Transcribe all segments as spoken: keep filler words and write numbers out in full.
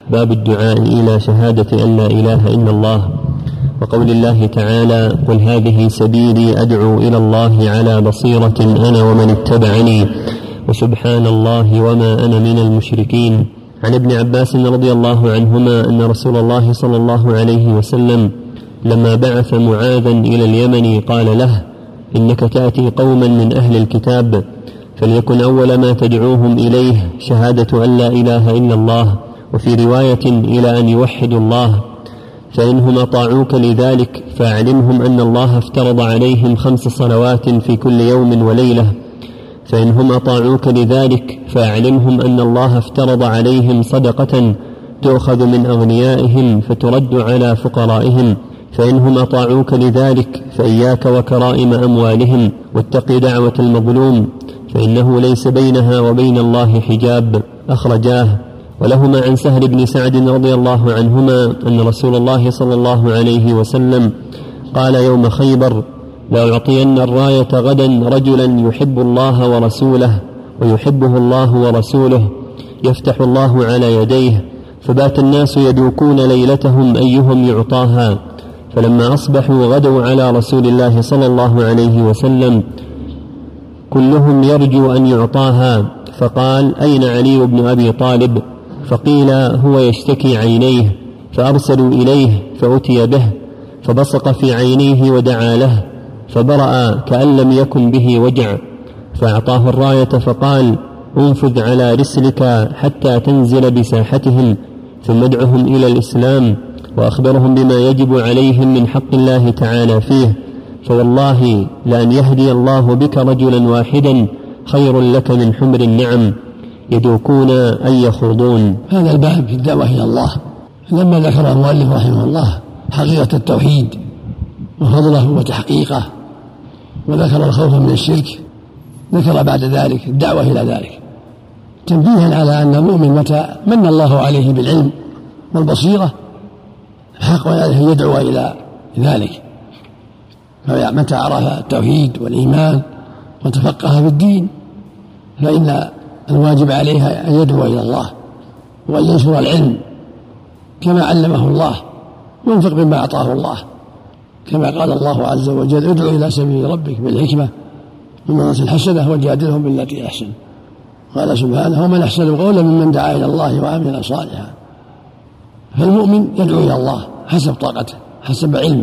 باب الدعاء إلى شهادة أن لا إله إلا الله، وقول الله تعالى: قل هذه سبيلي أدعو إلى الله على بصيرة أنا ومن اتبعني وسبحان الله وما أنا من المشركين. عن ابن عباس رضي الله عنهما أن رسول الله صلى الله عليه وسلم لما بعث معاذا إلى اليمن قال له: إنك تأتي قوما من أهل الكتاب، فليكن أول ما تدعوهم إليه شهادة أن لا إله إلا الله، وفي رواية إلى أن يوحدوا الله، فإنهم أطاعوك لذلك فأعلمهم أن الله افترض عليهم خمس صلوات في كل يوم وليلة، فإنهم أطاعوك لذلك فأعلمهم أن الله افترض عليهم صدقة تؤخذ من أغنيائهم فترد على فقرائهم، فإنهم أطاعوك لذلك فإياك وكرائم أموالهم، واتق دعوة المظلوم فإنه ليس بينها وبين الله حجاب. أخرجاه. ولهما عن سهل بن سعد رضي الله عنهما أن رسول الله صلى الله عليه وسلم قال يوم خيبر: لأعطين الراية غدا رجلا يحب الله ورسوله ويحبه الله ورسوله، يفتح الله على يديه، فبات الناس يدوكون ليلتهم أيهم يعطاها، فلما أصبحوا غدوا على رسول الله صلى الله عليه وسلم كلهم يرجو أن يعطاها، فقال: أين علي بن أبي طالب؟ فقيل: هو يشتكي عينيه، فأرسلوا إليه فأتي به، فبصق في عينيه ودعا له، فبرأ كأن لم يكن به وجع، فأعطاه الراية فقال: انفذ على رسلك حتى تنزل بساحتهم، ثم ادعهم إلى الإسلام، وأخبرهم بما يجب عليهم من حق الله تعالى فيه، فوالله لأن يهدي الله بك رجلا واحدا خير لك من حمر النعم، يدوكون أن يخوضون. هذا الباب في الدعوة إلى الله، لما ذكر المؤلف رحمه الله حقيقة التوحيد وفضله وتحقيقه، وذكر الخوف من الشرك، ذكر بعد ذلك الدعوة إلى ذلك، تنبيها على أن المؤمن متى من الله عليه بالعلم والبصيرة حق عليه يدعو إلى ذلك، فمتى عرف التوحيد والإيمان وتفقه في الدين فإن الواجب عليها أن يدعو إلى الله وأن ينشر العلم كما علمه الله، وينفق بما أعطاه الله، كما قال الله عز وجل: ادعو إلى سبيل ربك بالحكمة والموعظة الحسنة وجادلهم بالتي أحسن. قال سبحانه: ومن أحسن قولا ممن دعا إلى الله وعمل صالحا. فالمؤمن يدعو إلى الله حسب طاقته حسب علمه،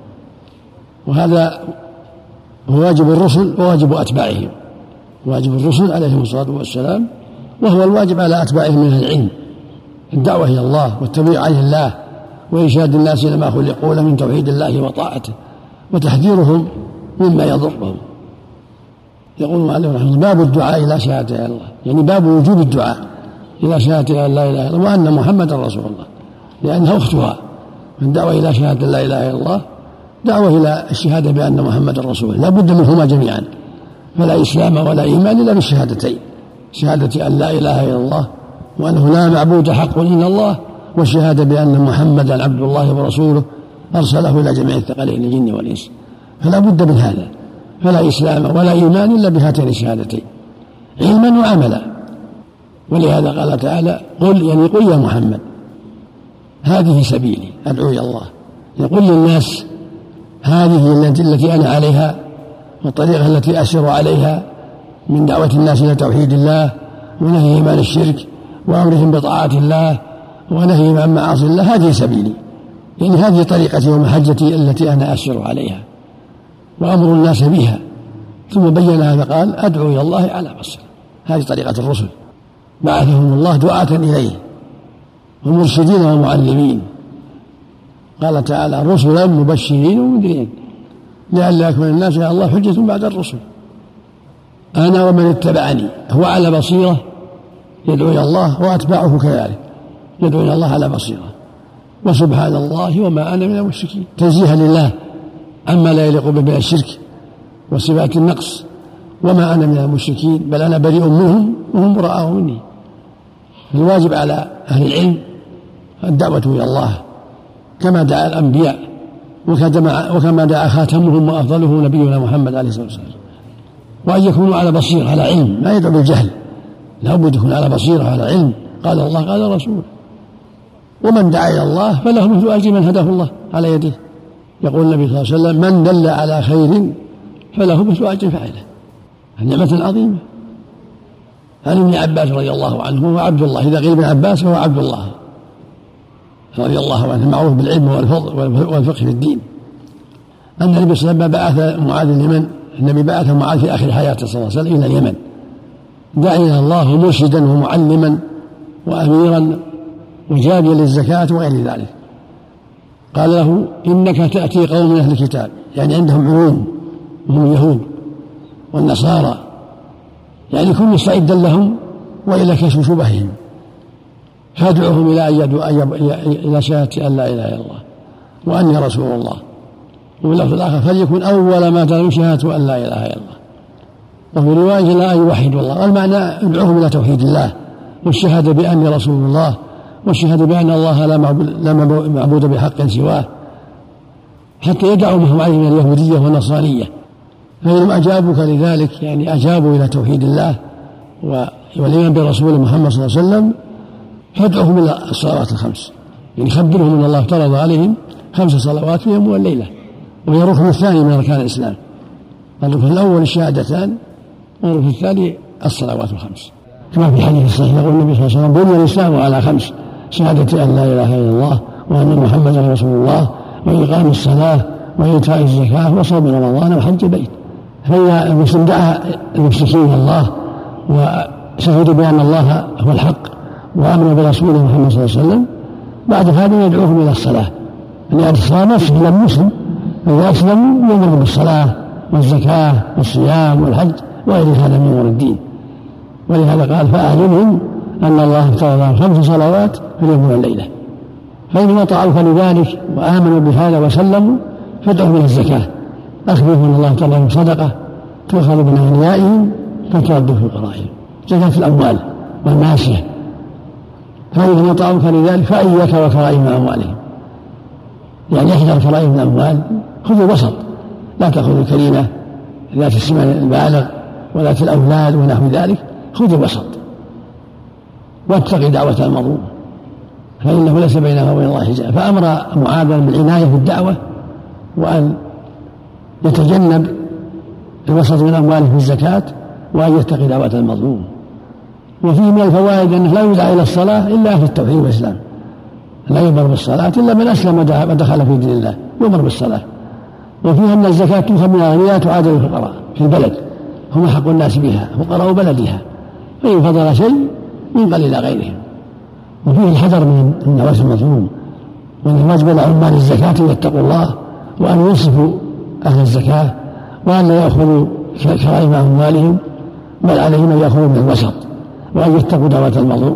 وهذا هو واجب الرسل وواجب أتباعهم، واجب الرسل عليهم الصلاة والسلام، وهو الواجب على أتباعهم من العلم، الدعوة إلى الله والتبليغ عن الله وإرشاد الناس إلى ما خلقوا له من توحيد الله وطاعته، وتحذيرهم مما يضرهم. يقول عليه رحمه الله: باب الدعاء إلى شهادة الله، يعني باب وجوب الدعاء إلى شهادة أن لا إله إلا الله وأن محمدا رسول الله، لأنها أختها من دعوة إلى شهادة لا إله إلا الله دعوة إلى الشهادة بأن محمدا رسول الله، لا بد منهما جميعا، فلا إسلام ولا إيمان إلا بالشهادتين، شهادة أن لا إله إلا الله وأنه لا معبود حق إلا الله، والشهادة بأن محمدا عبد الله ورسوله أرسله إلى جميع الثقلين الجن والإنس، فلا بد من هذا، فلا إسلام ولا إيمان إلا بهاتين الشهادتين علما وعملا. ولهذا قال تعالى: قل يعني قل يا محمد هذه سبيلي أدعو إلى الله، يقول للناس هذه التي أنا عليها والطريقة التي أسير عليها من دعوة الناس إلى توحيد الله ونهيهم عن الشرك وأمرهم بطاعة الله ونهيهم عن معاصي الله، هذه سبيلي، يعني هذه طريقتي ومحجتي التي أنا أسير عليها وأمر الناس بها. ثم بين هذا قال: أدعو إلى الله على بصيرة. هذه طريقة الرسل، بعثهم الله دعاة إليه ومرشدين ومعلمين. قال تعالى: رسلا مبشرين ومنذرين لئلا يكون الناس على الله حجة بعد الرسل. أنا ومن اتبعني، هو على بصيرة يدعو إلى الله، وأتباعه كذلك يدعو إلى الله على بصيرة. وسبحان الله وما أنا من المشركين، تنزيها لله عما لا يليق به من الشرك وصفات النقص. وما أنا من المشركين، بل أنا بريء منهم وهم براء مني. الواجب على أهل العلم الدعوة إلى الله كما دعا الأنبياء، وكما دعا خاتمهم وأفضلهم نبينا محمد عليه الصلاة والسلام، وأن يكونوا على بصيرة على علم، ما يدعو بالجهل، لا بد يكون على بصيرة على علم. قال الله قال رسول، ومن دعا إلى الله فله مثل أجر من هداه الله على يده. يقول النبي صلى الله عليه وسلم: من دل على خير فله مثل أجر فاعله. نعمة عظيمة. عن ابن عباس رضي الله عنه وهو عبد الله، إذا قيل ابن عباس فهو عبد الله رضي الله عنه، معروف بالعلم والفقه في الدين، أن النبي صلى الله عليه وسلم بعث معاذ اليمن. النبي بعث معاذ في آخر حياته صلى الله عليه وسلم إلى اليمن، داعيا إلى الله ومرشدا ومعلما وأميرا وجابيا للزكاة وغير ذلك. قال له: إنك تأتي قوم من أهل الكتاب، يعني عندهم علوم وهم اليهود والنصارى، يعني كن مستعدا لهم وإلى كشف شبههم، فادعوهم إلى أن يدعوا إلى شهادة أن لا إله إلا الله وأني رسول الله. وفي اللفظ الآخر: فليكن أول ما تدعو شهادة أن لا إله إلا الله. وفي رواية: لا أن يوحدوا الله. والمعنى: ادعوهم إلى توحيد الله والشهادة بأني رسول الله والشهادة بأن الله لا معبود بحق سواه، حتى يدعوا ما هم عليه من اليهودية والنصرانية. فإنهم أجابوك لذلك، يعني أجابوا إلى توحيد الله والإيمان برسول محمد صلى الله عليه وسلم، فادعوهم إلى الصلوات الخمس، يعني خبرهم أن الله افترض عليهم خمس صلوات في اليوم والليلة، وهي الركن الثاني من أركان الإسلام. الركن الأول الشهادتان، والركن الثاني الصلوات الخمس، كما في حديث الصحيح يقول النبي صلى الله عليه وسلم: بني الإسلام على خمس: شهادة أن لا إله إلا الله وأن محمدا رسول الله وإقام الصلاة وإيتاء الزكاة وصوم رمضان وحج بيت. فإذا المسلم دعا المشركين إلى الله وشهدوا بأن الله هو الحق وآمنوا برسوله محمد صلى الله عليه وسلم، بعد هذا يدعوهم إلى الصلاة، لأن الصلاة نفسه إلى المسلم، فإذا أسلموا يؤمروا بالصلاة والزكاة والصيام والحج وغير هذا من أمور الدين. ولهذا قال: فأعلمهم أن الله افترض خمس صلوات في اليوم والليلة. فإن أطاعوك لذلك وآمنوا بهذا وسلموا فادعوهم إلى الزكاة، أخبرهم أن الله تعالى صدقة تؤخذ من أغنيائهم فترد في فقرائهم، زكاة الأموال والماشية. فإن أطاعوك لذلك فإياك وكرائم أموالهم، يعني احذر كرائم الأموال، خذوا الوسط، لا تأخذوا الكريمة ذات السمن البالغ وذات الأولاد ونحو ذلك، خذوا الوسط واتقي دعوة المظلوم فإنه ليس بينها وبين الله حجاب. فأمر معاذا بالعناية بالدعوة وأن يتجنب الوسط من أمواله في الزكاة وأن يتقي دعوة المظلوم. وفيه من الفوائد أنه لا يدعى إلى الصلاة إلا في التوحيد والإسلام، لا يؤمر بالصلاة إلا من أسلم ودخل في دين الله يؤمر بالصلاة. وفيها أن الزكاة تؤخذ من الأغنياء تعادل الفقراء في البلد، هم أحق الناس بها فقراء بلدها، فإن فضل شيء ينقل إلى غيرهم. وفيه الحذر من النواس المظلوم، وأن الواجب على عمال الزكاة أن يتقوا الله وأن ينصفوا أهل الزكاة وأن لا يأخذوا كرائم أموالهم، بل عليهم أن يأخذوا من الوسط وأن يتقوا دعوة المظلوم.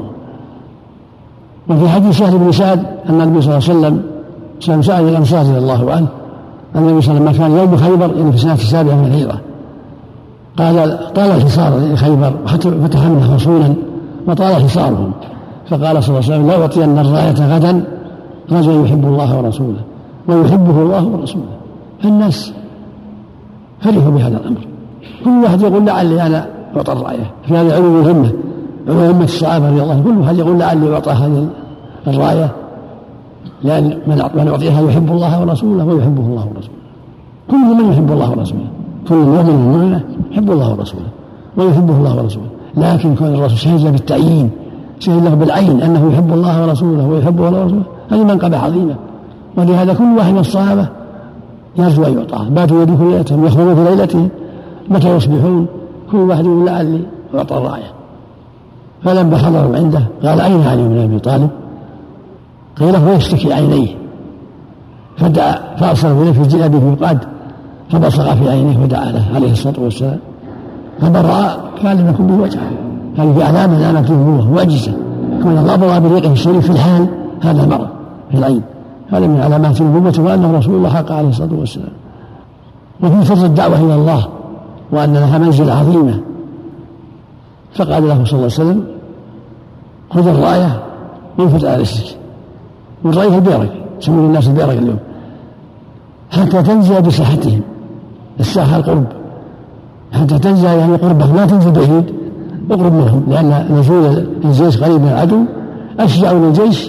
وفي حديث سهل بن سعد أن النبي صلى الله عليه وسلم سأل الأنصار رضي الله عنه أن النبي صلى الله عليه وسلم كان يوم خيبر يعني في السنة السابعة من الهجرة، قال: طال الحصار لخيبر وحتى فتح منها رسولا وطال حصارهم، فقال صلى الله عليه وسلم: لا أعطين الراية غدا رجل يحب الله ورسوله ويحبه الله ورسوله. فالناس فرحوا بهذا الأمر، كل واحد يقول: لعلي أنا أعطى الراية. في هذا علو الهمة، علو همة الصحابة رضي الله عنهم، كل واحد يقول: لعلي أعطى هذه الراية، لأن من يعطيها يحب الله ورسوله ويحبه الله ورسوله. كل من يحب الله ورسوله، كل مؤمن ومؤمنة يحب الله ورسوله ويحبه الله ورسوله، لكن كون الرسول شهد له بالتعيين، شهد له بالعين أنه يحب الله ورسوله ويحبه الله ورسوله، هذه منقبة عظيمة. ولهذا كل واحد من الصحابة يرجو أن يعطاه، باتوا يدخلوا ليلتهم يخرجون في ليلتهم، متى يصبحون كل واحد يقول: لعلي أعطى الراية. فلما حضروا عنده قال: أين علي بن أبي طالب؟ قيل: هو يشتكي عينيه، فدعا فأرسله إليه في جلابه يقاد، فبصق في عينيه ودعا له عليه الصلاة والسلام، فبرأ كان لم يكن به وجع. هذه في علامة من علامات النبوة معجزة، كون الله برأ بريقه الشريف في الحال، هذا مرض في العين، هذا من علامات النبوة وأنه رسول الله حق عليه الصلاة والسلام. وفي فضل الدعوة إلى الله وأن لها منزلة عظيمة، فقال له صلى الله عليه وسلم: خذ الراية وانفذ على رسلك. والراية البيرق، يسمون الناس البيرق اليوم، حتى تنزل بساحتهم، الساحة القرب، حتى تنزل يعني قربه، لا تنزل بعيد، اقرب منهم، لأن نزول الجيش قريب من العدو أشجع للجيش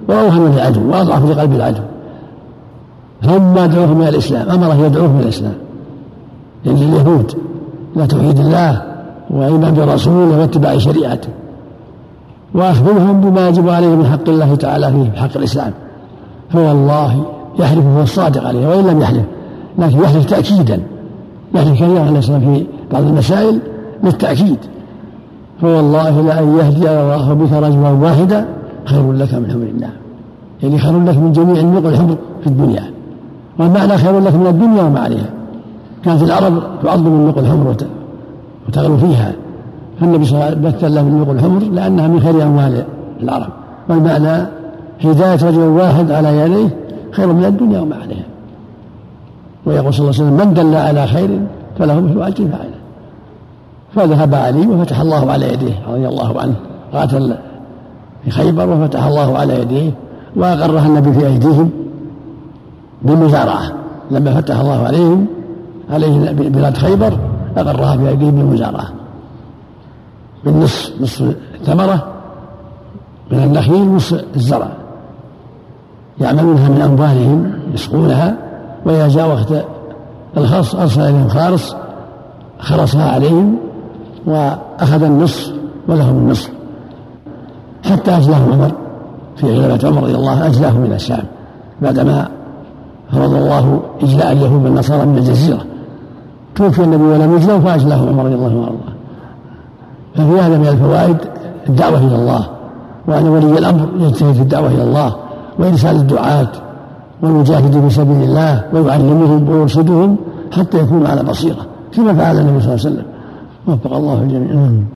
وأوهم للعدو وأضعف لقلب العدو، ثم دعوهم إلى الإسلام، أمره يدعوهم إلى الإسلام لأن اليهود لا توحيد الله وإيمان برسوله واتباع شريعته، وأخبرهم بما يجب عليه من حق الله تعالى في حق الإسلام. فوالله يحلف هو الصادق عليه وإن لم يحلف، لكن يحلف تأكيدا، يحلف كثيرا عليه السلام في بعض المسائل للتأكيد. فوالله لأن يهدي الله بك رجلا واحدا خير لك من حمر النعم، يعني خير لك من جميع النقل الحمر في الدنيا، والمعنى خير لك من الدنيا وما عليها. كانت العرب تعظم النقل الحمر وتغلو فيها، فالنبي صلى الله عليه وسلم بث له النقل الحمر لأنها من خير أموال العرب، والمعنى هداية رجل واحد على يديه خير من الدنيا وما عليها. ويقول صلى الله عليه وسلم من دل على خير فله مثل أجر فاعله. فذهب علي وفتح الله على يديه رضي الله عنه، قاتل في خيبر وفتح الله على يديه، وأقرها النبي في أيديهم بالمزارعة. لما فتح الله عليهم عليه بلاد خيبر أقرها في أيديهم بالمزارعة، بالنصف، نصف الثمرة من النخيل نصف الزرع، يعملونها من أموالهم يسقونها، وإذا جاء وقت الخرص أرسل إليهم خارص خرصها عليهم وأخذ النصف ولهم النصف، حتى أجلاه عمر في غلبة عمر رضي الله عنه، أجلاه من الشام بعدما فرض الله إجلاء اليهود والنصارى من الجزيرة. توفي النبي ولم يجلوا فأجلاه عمر رضي الله عنه. ففي هذا من الفوائد الدعوة إلى الله، وأن ولي الأمر يجتهد في الدعوة إلى الله وإرسال الدعاة والمجاهد في سبيل الله، ويعلمهم ويرشدهم حتى يكونوا على بصيرة كما فعل النبي صلى الله عليه وسلم. وفق الله الجميع.